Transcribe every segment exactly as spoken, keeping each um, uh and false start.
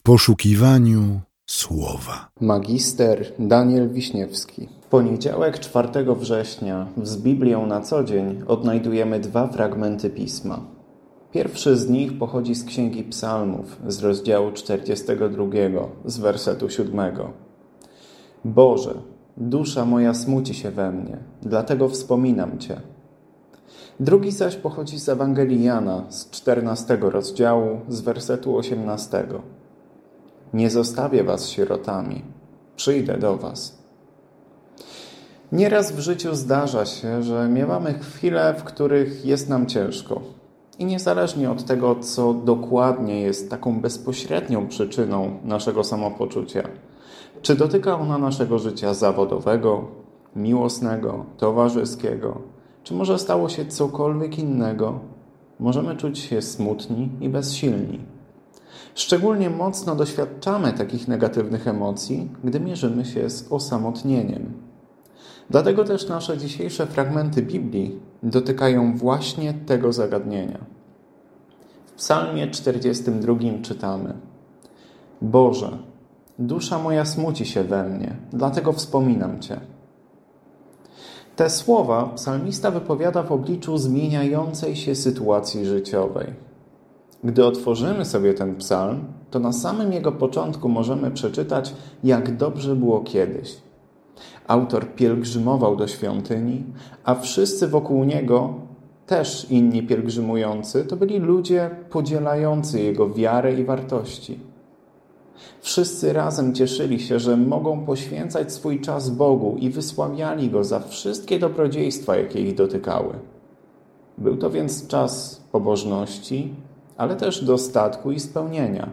W poszukiwaniu słowa. Magister Daniel Wiśniewski. W poniedziałek czwartego września z Biblią na co dzień odnajdujemy dwa fragmenty Pisma. Pierwszy z nich pochodzi z Księgi Psalmów, z rozdziału czterdziestego drugiego, z wersetu siódmego. Boże, dusza moja smuci się we mnie, dlatego wspominam Cię. Drugi zaś pochodzi z Ewangelii Jana, z czternastego rozdziału, z wersetu osiemnastego. Nie zostawię was sierotami, przyjdę do was. Nieraz w życiu zdarza się, że miewamy chwile, w których jest nam ciężko. I niezależnie od tego, co dokładnie jest taką bezpośrednią przyczyną naszego samopoczucia, czy dotyka ona naszego życia zawodowego, miłosnego, towarzyskiego, czy może stało się cokolwiek innego, możemy czuć się smutni i bezsilni. Szczególnie mocno doświadczamy takich negatywnych emocji, gdy mierzymy się z osamotnieniem. Dlatego też nasze dzisiejsze fragmenty Biblii dotykają właśnie tego zagadnienia. W Psalmie czterdziestym drugim czytamy: Boże, dusza moja smuci się we mnie, dlatego wspominam Cię. Te słowa psalmista wypowiada w obliczu zmieniającej się sytuacji życiowej. Gdy otworzymy sobie ten psalm, to na samym jego początku możemy przeczytać, jak dobrze było kiedyś. Autor pielgrzymował do świątyni, a wszyscy wokół niego, też inni pielgrzymujący, to byli ludzie podzielający jego wiarę i wartości. Wszyscy razem cieszyli się, że mogą poświęcać swój czas Bogu i wysławiali Go za wszystkie dobrodziejstwa, jakie ich dotykały. Był to więc czas pobożności, ale też dostatku i spełnienia.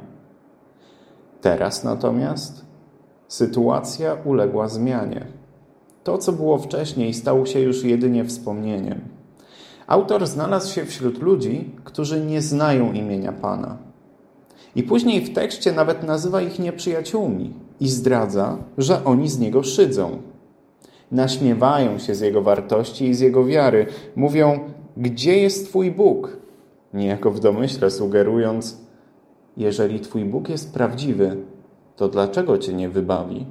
Teraz natomiast sytuacja uległa zmianie. To, co było wcześniej, stało się już jedynie wspomnieniem. Autor znalazł się wśród ludzi, którzy nie znają imienia Pana. I później w tekście nawet nazywa ich nieprzyjaciółmi i zdradza, że oni z Niego szydzą. Naśmiewają się z Jego wartości i z Jego wiary. Mówią: gdzie jest Twój Bóg? Niejako w domyśle sugerując: jeżeli Twój Bóg jest prawdziwy, to dlaczego Cię nie wybawi?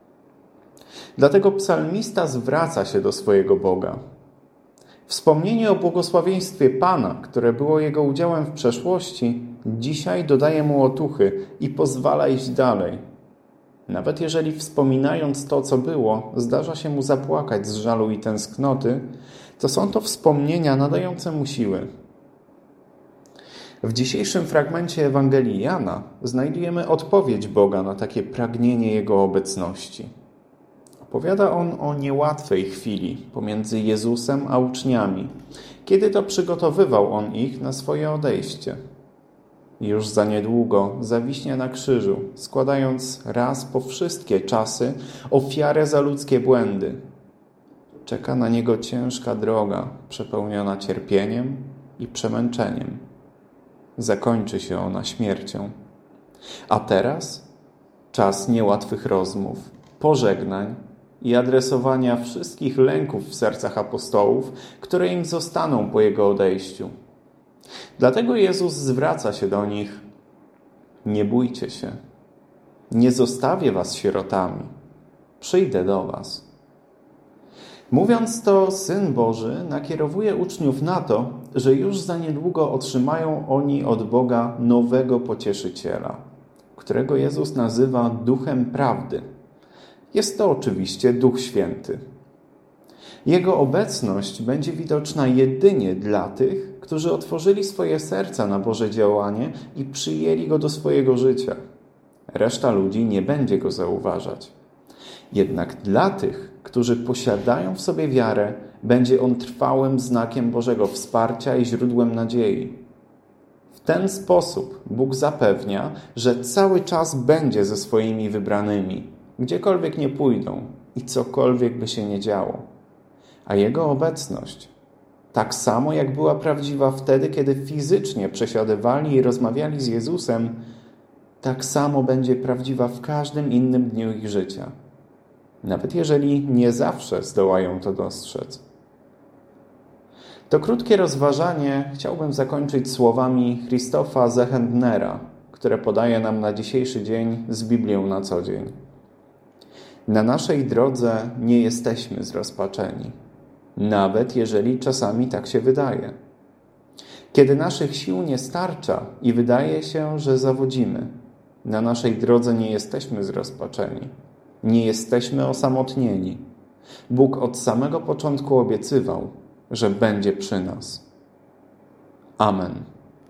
Dlatego psalmista zwraca się do swojego Boga. Wspomnienie o błogosławieństwie Pana, które było jego udziałem w przeszłości, dzisiaj dodaje mu otuchy i pozwala iść dalej. Nawet jeżeli wspominając to, co było, zdarza się mu zapłakać z żalu i tęsknoty, to są to wspomnienia nadające mu siły. W dzisiejszym fragmencie Ewangelii Jana znajdujemy odpowiedź Boga na takie pragnienie Jego obecności. Opowiada on o niełatwej chwili pomiędzy Jezusem a uczniami, kiedy to przygotowywał On ich na swoje odejście. Już za niedługo zawiśnie na krzyżu, składając raz po wszystkie czasy ofiarę za ludzkie błędy. Czeka na Niego ciężka droga, przepełniona cierpieniem i przemęczeniem. Zakończy się ona śmiercią. A teraz czas niełatwych rozmów, pożegnań i adresowania wszystkich lęków w sercach apostołów, które im zostaną po Jego odejściu. Dlatego Jezus zwraca się do nich: nie bójcie się, nie zostawię was sierotami, przyjdę do was. Mówiąc to, Syn Boży nakierowuje uczniów na to, że już za niedługo otrzymają oni od Boga nowego Pocieszyciela, którego Jezus nazywa Duchem Prawdy. Jest to oczywiście Duch Święty. Jego obecność będzie widoczna jedynie dla tych, którzy otworzyli swoje serca na Boże działanie i przyjęli Go do swojego życia. Reszta ludzi nie będzie Go zauważać. Jednak dla tych, którzy posiadają w sobie wiarę, będzie On trwałym znakiem Bożego wsparcia i źródłem nadziei. W ten sposób Bóg zapewnia, że cały czas będzie ze swoimi wybranymi, gdziekolwiek nie pójdą i cokolwiek by się nie działo. A Jego obecność, tak samo jak była prawdziwa wtedy, kiedy fizycznie przesiadywali i rozmawiali z Jezusem, tak samo będzie prawdziwa w każdym innym dniu ich życia. Nawet jeżeli nie zawsze zdołają to dostrzec. To krótkie rozważanie chciałbym zakończyć słowami Christofa Zechentnera, które podaje nam na dzisiejszy dzień z Biblią na co dzień. Na naszej drodze nie jesteśmy zrozpaczeni, nawet jeżeli czasami tak się wydaje. Kiedy naszych sił nie starcza i wydaje się, że zawodzimy, na naszej drodze nie jesteśmy zrozpaczeni, nie jesteśmy osamotnieni. Bóg od samego początku obiecywał, że będzie przy nas. Amen.